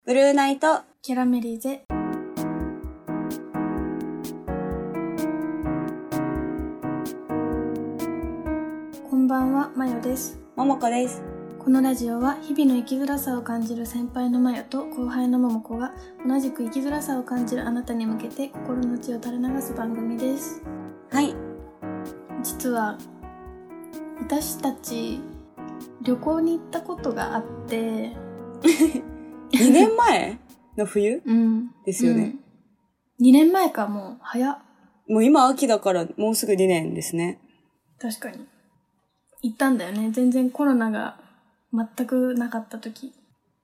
ブルーナイトキャラメリゼ。こんばんは、マヨです。 ももこです。 このラジオは日々の生きづらさを感じる先輩のマヨと後輩のももこが同じく生きづらさを感じるあなたに向けて心の内を垂れ流す番組です。 はい。 実は私たち旅行に行ったことがあって 2年前の冬ですよね、 2年前か。もう早っ。 もう今秋だからもうすぐ2年ですね。 確かに行ったんだよね。全然コロナが全くなかった時。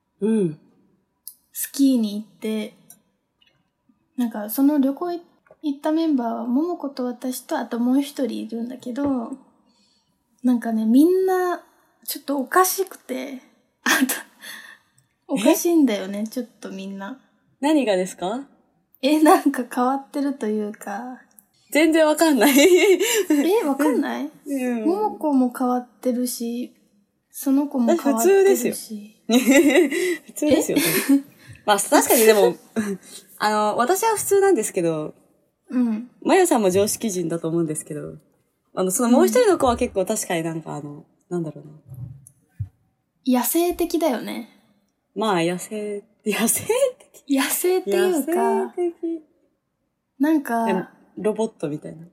スキーに行って、なんかその旅行行ったメンバーはももこと私とあともう一人いるんだけど、なんかね、みんなちょっとおかしくて、おかしいんだよね、ちょっとみんな。 何がですか？ なんか変わってるというか。 全然わかんないわかんない？ももこも変わってるし、その子も変わってるし。 普通ですよ。普通ですよ。まあ確かにでも私は普通なんですけど、まゆさんも常識人だと思うんですけど、そのもう一人の子は結構確かになんかなんだろうな。 野生的だよね。 まあ野生的野生っていうか、なんかロボットみたいな。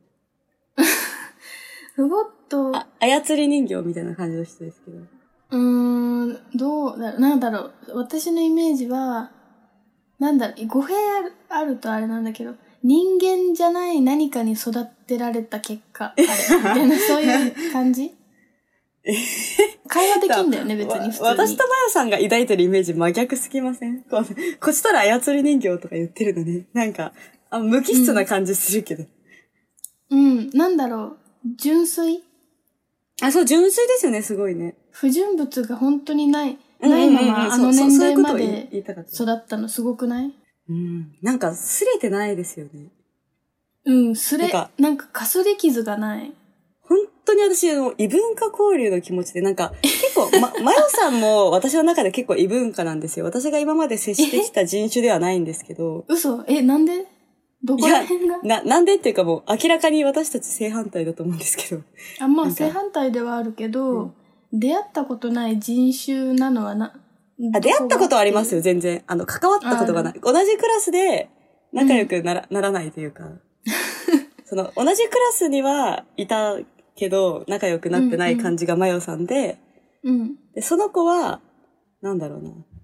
ロボット。 操り人形みたいな感じの人ですけど。 どうだろう、なんだろう。私のイメージは、なんだろう、語弊あるとあれなんだけど、人間じゃない何かに育てられた結果、みたいな、そういう感じ会話できんだよね、別に普通に。 私とまやさんが抱いてるイメージ真逆すぎません？こっちとら操り人形とか言ってるのに、なんか、無機質な感じするけど。 なんだろう、純粋？ そう、純粋ですよね、すごいね。 不純物が本当にないまま、年齢まで育ったのすごくない？ なんか、擦れてないですよね。 なんか、かすり傷がない。 本当に私、異文化交流の気持ちで、なんか、結構、まよさんも私の中で結構異文化なんですよ。私が今まで接してきた人種ではないんですけど。 嘘？なんで？どこら辺が？ なんでっていうかもう明らかに私たち正反対だと思うんですけど。 まあ正反対ではあるけど、出会ったことない人種なのは出会ったことはありますよ、全然。関わったことがない。同じクラスで仲良くならないというか。同じクラスにはいたけど、仲良くなってない感じがマヨさんで、で、その子は、なんだろう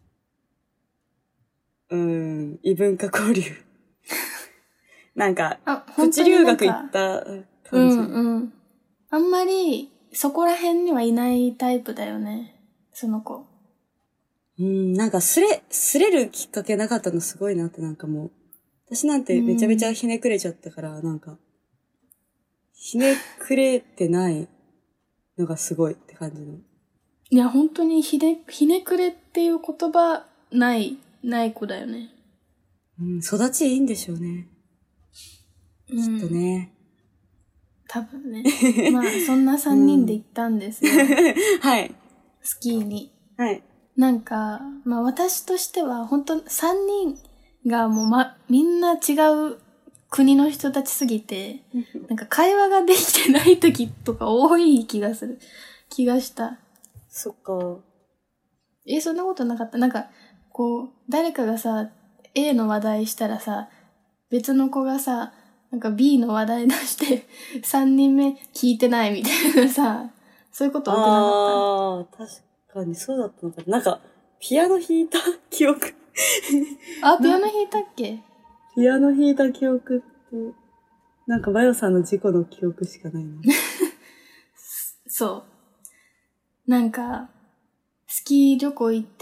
な。異文化交流。なんか、プチ留学行った感じ。 あんまり、そこら辺にはいないタイプだよね、その子。 なんか、すれるきっかけなかったのすごいなって、なんかもう、私なんてめちゃめちゃひねくれちゃったから、なんか、ひねくれてないのがすごいって感じの。 いや、本当にひねくれっていう言葉ない子だよね。 育ちいいんでしょうね。きっとね。 多分ね。まあ、そんな3人で行ったんですよ。 はい。 スキーに。 はい。 なんか、まあ私としては、本当3人がもうみんな違う国の人たちすぎて、なんか会話ができてない時とか多い気がした。 そっか。 そんなことなかった？なんか、こう、誰かがさ、A の話題したらさ、別の子がさ、なんか B の話題出して、3人目聞いてないみたいなさ、そういうこと多くなかった？ 確かにそうだったのかな。なんか、ピアノ弾いた記憶。 ピアノ弾いたっけ？ ピアノ弾いた記憶と、なんかマヨさんの事故の記憶しかないな。 そう。なんか、スキー旅行行って、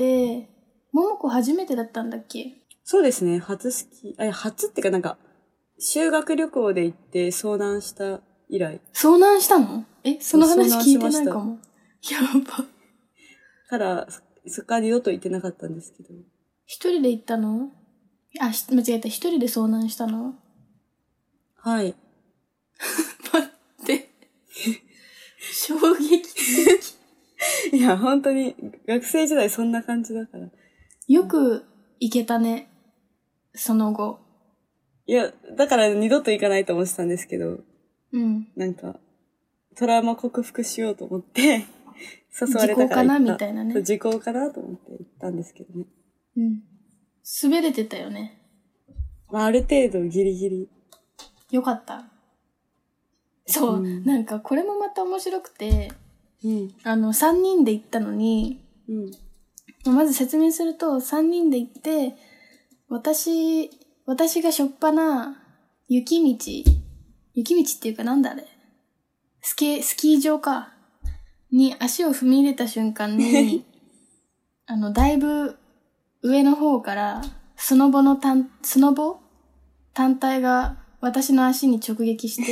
ももこ初めてだったんだっけ？ そうですね、初スキー、初ってかなんか、修学旅行で行って遭難した以来。 遭難したの？その話聞いてないかも。やば。 から、そっから二度と行ってなかったんですけど。 一人で行ったの？間違えた。一人で遭難したの？ はい。 待って。衝撃的。 いや、本当に、学生時代そんな感じだから。 よく行けたね。その後。 いや、だから二度と行かないと思ってたんですけど、 うん。 なんか、トラウマ克服しようと思って、誘われたから行った。 時効かなみたいなねそう時効かなと思って行ったんですけどね。 うん。滑れてたよね。 まあ、ある程度ギリギリ。 よかった。そう、なんかこれもまた面白くて、3人で行ったのに、まず説明すると、3人で行って、私がしょっぱな、雪道っていうかなんだあれ、スキー場か、に足を踏み入れた瞬間に、だいぶ上の方から、スノボ単体が私の足に直撃して、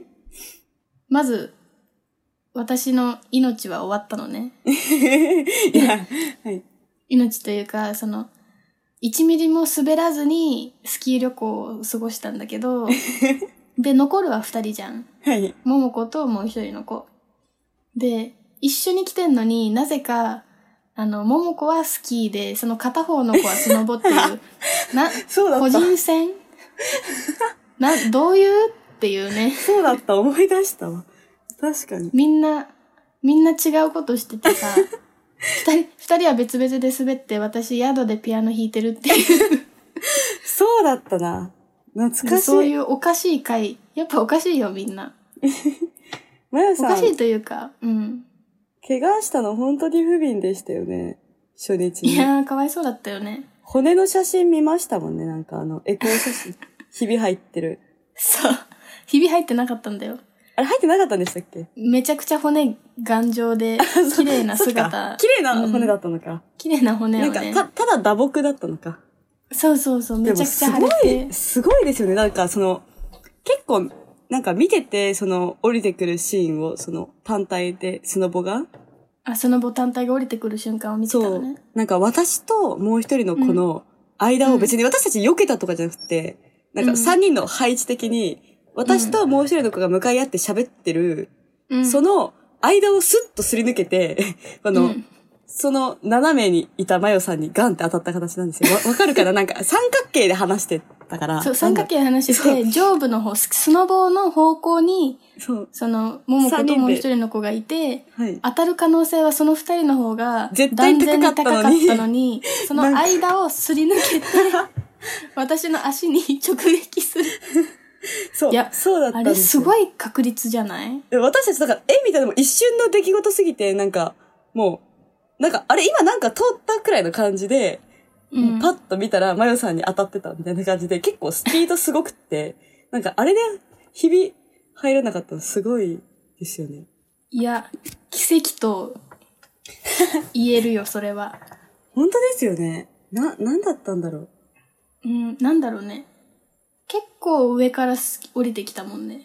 まず、私の命は終わったのね。 いや、はい。 命というか、1ミリも滑らずにスキー旅行を過ごしたんだけど、で、残るは2人じゃん。 はい。 桃子ともう1人の子。で、一緒に来てんのになぜか、桃子はスキーで、その片方の子はスノボっていう、 そうだった。 個人戦どういうっていうね。 そうだった、思い出したわ。確かに。 みんな違うことしててさ、二人は別々で滑って、私宿でピアノ弾いてるっていう。 そうだったな。懐かしい。 そういうおかしい回。やっぱおかしいよ、みんな。 まやさん。 おかしいというか、うん。 怪我したの本当に不憫でしたよね。初日に。 いやー、かわいそうだったよね。 骨の写真見ましたもんね。なんかエコー写真。ひび入ってる。 そう。ひび入ってなかったんだよ。 あれ入ってなかったんでしたっけ？ めちゃくちゃ骨頑丈で、綺麗な姿。 綺麗な骨だったのか。 綺麗な骨をね。 なんか、ただ打撲だったのか。 そうそうそう、めちゃくちゃ腫れて。 すごいですよね。なんか結構、なんか見てて、降りてくるシーンを、単体で、スノボが。 スノボ単体が降りてくる瞬間を見てたのね。 そう。なんか私ともう一人のこの間を別に私たち避けたとかじゃなくて、なんか3人の配置的に、私ともう一人の子が向かい合って喋ってる、その間をスッとすり抜けて、その斜めにいたマヨさんにガンって当たった形なんですよ。わかるかな？なんか三角形で話してたから。 そう、三角形で話してて、上部の方、スノボの方向に、桃子ともう一人の子がいて、当たる可能性はその二人の方が、断然に高かったのに、その間をすり抜けて、私の足に直撃する。 そう。いや、そうだったんですよ。 あれすごい確率じゃない？ 私たちだから、みたいなのも一瞬の出来事すぎて、なんか、もう、なんか、あれ今なんか通ったくらいの感じで、パッと見たら、マヨさんに当たってたみたいな感じで、結構スピードすごくって、なんかあれで、日々入らなかったのすごいですよね。 いや、奇跡と言えるよ、それは。 本当ですよね。なんだったんだろう。 なんだろうね。結構上から降りてきたもんね。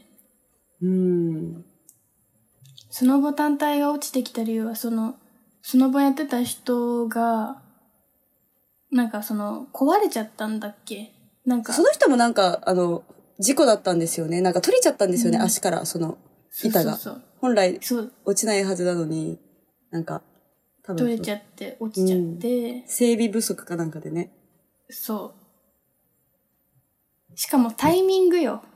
スノボ単体が落ちてきた理由は、スノボやってた人が、なんか壊れちゃったんだっけ？なんか。 その人もなんか、事故だったんですよね。なんか取れちゃったんですよね、足から、板が。そう本来、落ちないはずなのに、なんか、 多分。取れちゃって、落ちちゃって。 整備不足かなんかでね。 そう。しかもタイミングよ。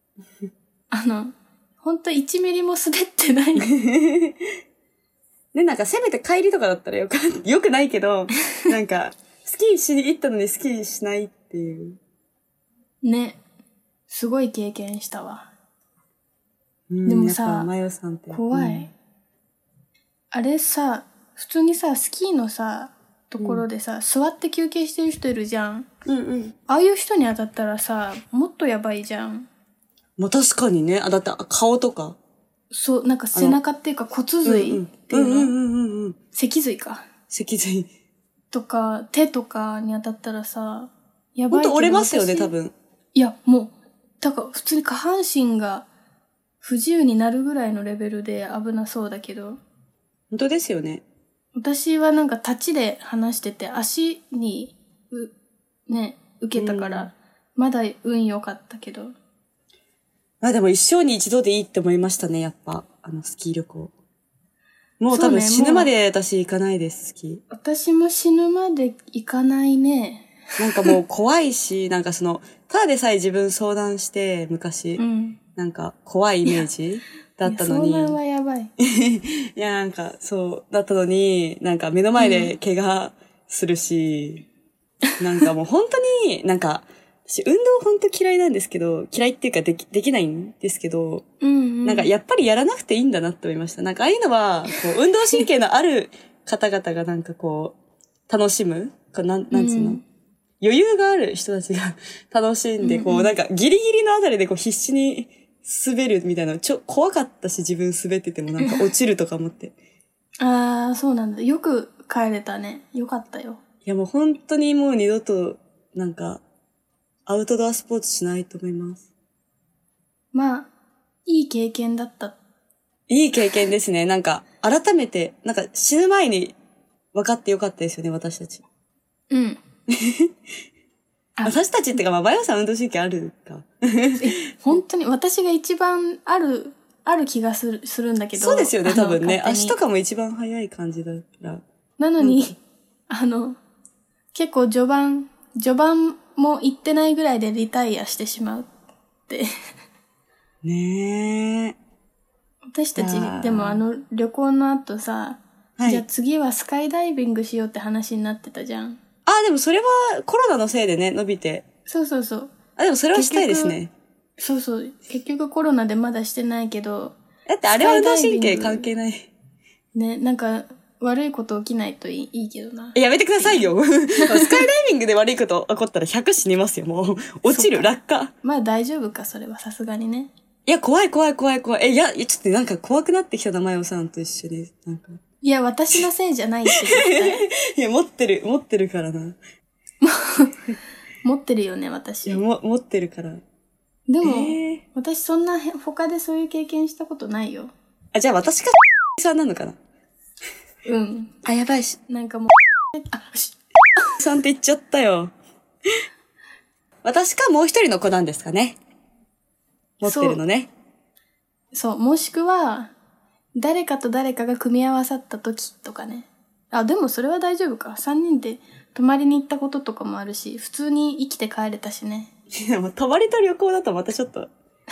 ほんと1ミリも滑ってない。 ね、なんかせめて帰りとかだったらよくないけど、なんか、スキーしに行ったのにスキーしないっていう。 ね。すごい経験したわ。でもさ、 マヨさんって怖い。あれさ、普通にさ、スキーのさ、ところでさ、座って休憩してる人いるじゃん。ああいう人に当たったらさ、もっとやばいじゃん。 まあ、確かにね。だって顔とか。 そう、なんか背中っていうか骨髄っていうの。脊髄か。 脊髄。 とか、手とかに当たったらさ、やばいけど。 ほんと折れますよね、多分。 いや、もう、だから普通に下半身が不自由になるぐらいのレベルで危なそうだけど。 本当ですよね。 私はなんか立ちで話してて、足に、受けたから、まだ運良かったけど。 まあでも一生に一度でいいって思いましたね、やっぱ。スキー旅行。もう多分死ぬまで私行かないです、スキー。 私も死ぬまで行かないね。 なんかもう怖いし、なんかただでさえ自分相談して、昔、 うん。 なんか怖いイメージだったのに。 相談はやばい。 いや、なんかだったのに、なんか目の前で怪我するし、なんかもう本当に、なんか、私運動本当嫌いなんですけど、嫌いっていうかできないんですけど、なんかやっぱりやらなくていいんだなって思いました。なんかああいうのは、運動神経のある方々がなんか楽しむなんつうの、余裕がある人たちが楽しんで、なんかギリギリのあたりで必死に滑るみたいな、怖かったし、自分滑っててもなんか落ちるとか思って。 ああ、そうなんだ。よく帰れたね。よかったよ。 いやもう本当にもう二度と、なんか、アウトドアスポーツしないと思います。 まあ、いい経験だった。 いい経験ですね。なんか、改めて、なんか死ぬ前に分かってよかったですよね、私たち。 うん。 私たちってか、マヨさん運動神経あるか。 本当に、私が一番ある気がするんだけど。 そうですよね、多分ね。足とかも一番早い感じだから。 なのに、結構序盤も行ってないぐらいでリタイアしてしまうって。 ねえ。 私たち、でも旅行の後さ、はい、じゃあ次はスカイダイビングしようって話になってたじゃん。 でもそれはコロナのせいでね、伸びて。 そうそうそう。 でもそれはしたいですね。 そうそう。結局コロナでまだしてないけど。 だってあれは運動神経関係ない。 ね、なんか悪いこと起きないといいけどな。 やめてくださいよ。スカイダイビングで悪いこと起こったら100死にますよ、もう。落ちる、落下。 まあ大丈夫か、それはさすがにね。 いや、怖い。いや、ちょっとなんか怖くなってきたな、マヨさんと一緒に。なんか。 いや、私のせいじゃないって絶対。 いや、持ってるからな。 持ってるよね、私。 いや、持ってるから。 でも、私そんな他でそういう経験したことないよ。 じゃあ私がさんなのかな。 うん。 やばいし。 なんかもう、 さんって言っちゃったよ。私かもう一人の子なんですかね。持ってるのね。 そう、もしくは、誰かと誰かが組み合わさった時とかね。でもそれは大丈夫か。3人で泊まりに行ったこととかもあるし、普通に生きて帰れたしね。 いや、もう泊まりと旅行だとまたちょっと。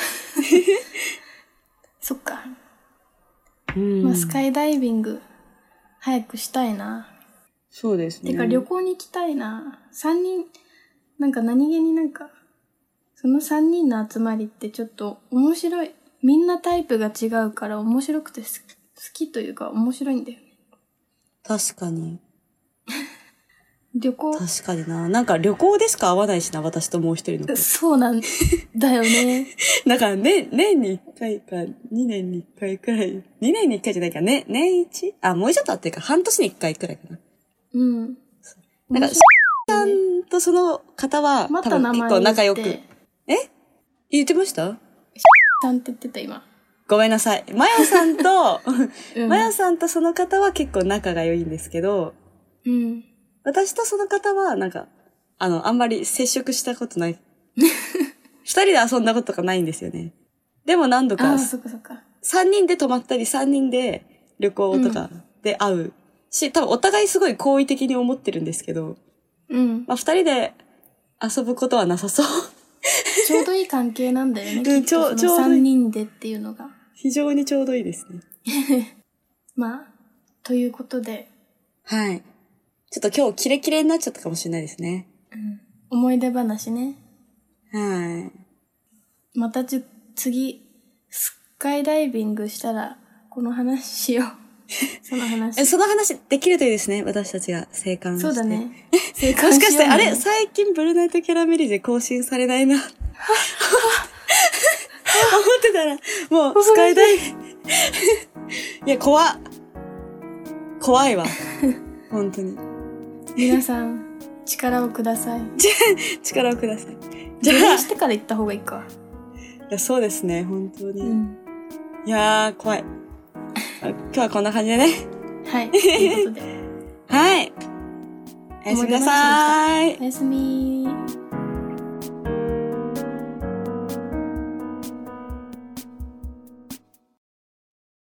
そっか。まあ、スカイダイビング、早くしたいな。 そうですね。 てか旅行に行きたいな。3人、なんか何気になんか、その3人の集まりってちょっと面白い。みんなタイプが違うから面白くて好きというか面白いんだよね。 確かに。 旅行。 確かにな。なんか旅行でしか会わないしな、私ともう一人の子。 そうなんだよね。 だから年に1回か、2年に1回くらい。2年に1回じゃないか、ね、年 1？ もうちょっとあってるか、半年に1回くらいかな。 うん。 なんか、さんとその方は、 ま多分結構仲良く。言ってました？ さんって言ってた今。 ごめんなさい。マヨさんと、マヨさんとその方は結構仲が良いんですけど、 うん。 私とその方は、なんか、あんまり接触したことない。二人で遊んだことがないんですよね。でも何度か、 そっかそっか。 3人で泊まったり、3人で旅行とかで会うし、多分お互いすごい好意的に思ってるんですけど、 うん。 まあ、2人で遊ぶことはなさそう。 ちょうどいい関係なんだよね。 ちょうど 3人でっていうのが。 非常にちょうどいいですね。 まあ、ということで。 はい。ちょっと今日キレキレになっちゃったかもしれないですね。 うん。思い出話ね。 はい。 また次、スカイダイビングしたら、この話しよう。その話。 その話できるといいですね。私たちが生還して。 そうだね。 生還しようね。もしかして、あれ最近ブルーナイトキャラメリゼ更新されないな。思ってたら、もうスカイダイビング。いや、怖いわ。本当に。 皆さん、力をください。 力をください。 じゃあ、してから行った方がいいか。 いや、そうですね、本当に。 うん、 いやー、怖い。今日はこんな感じでね。 はい。ということで。 はい。おやすみなさーい。 おやすみー。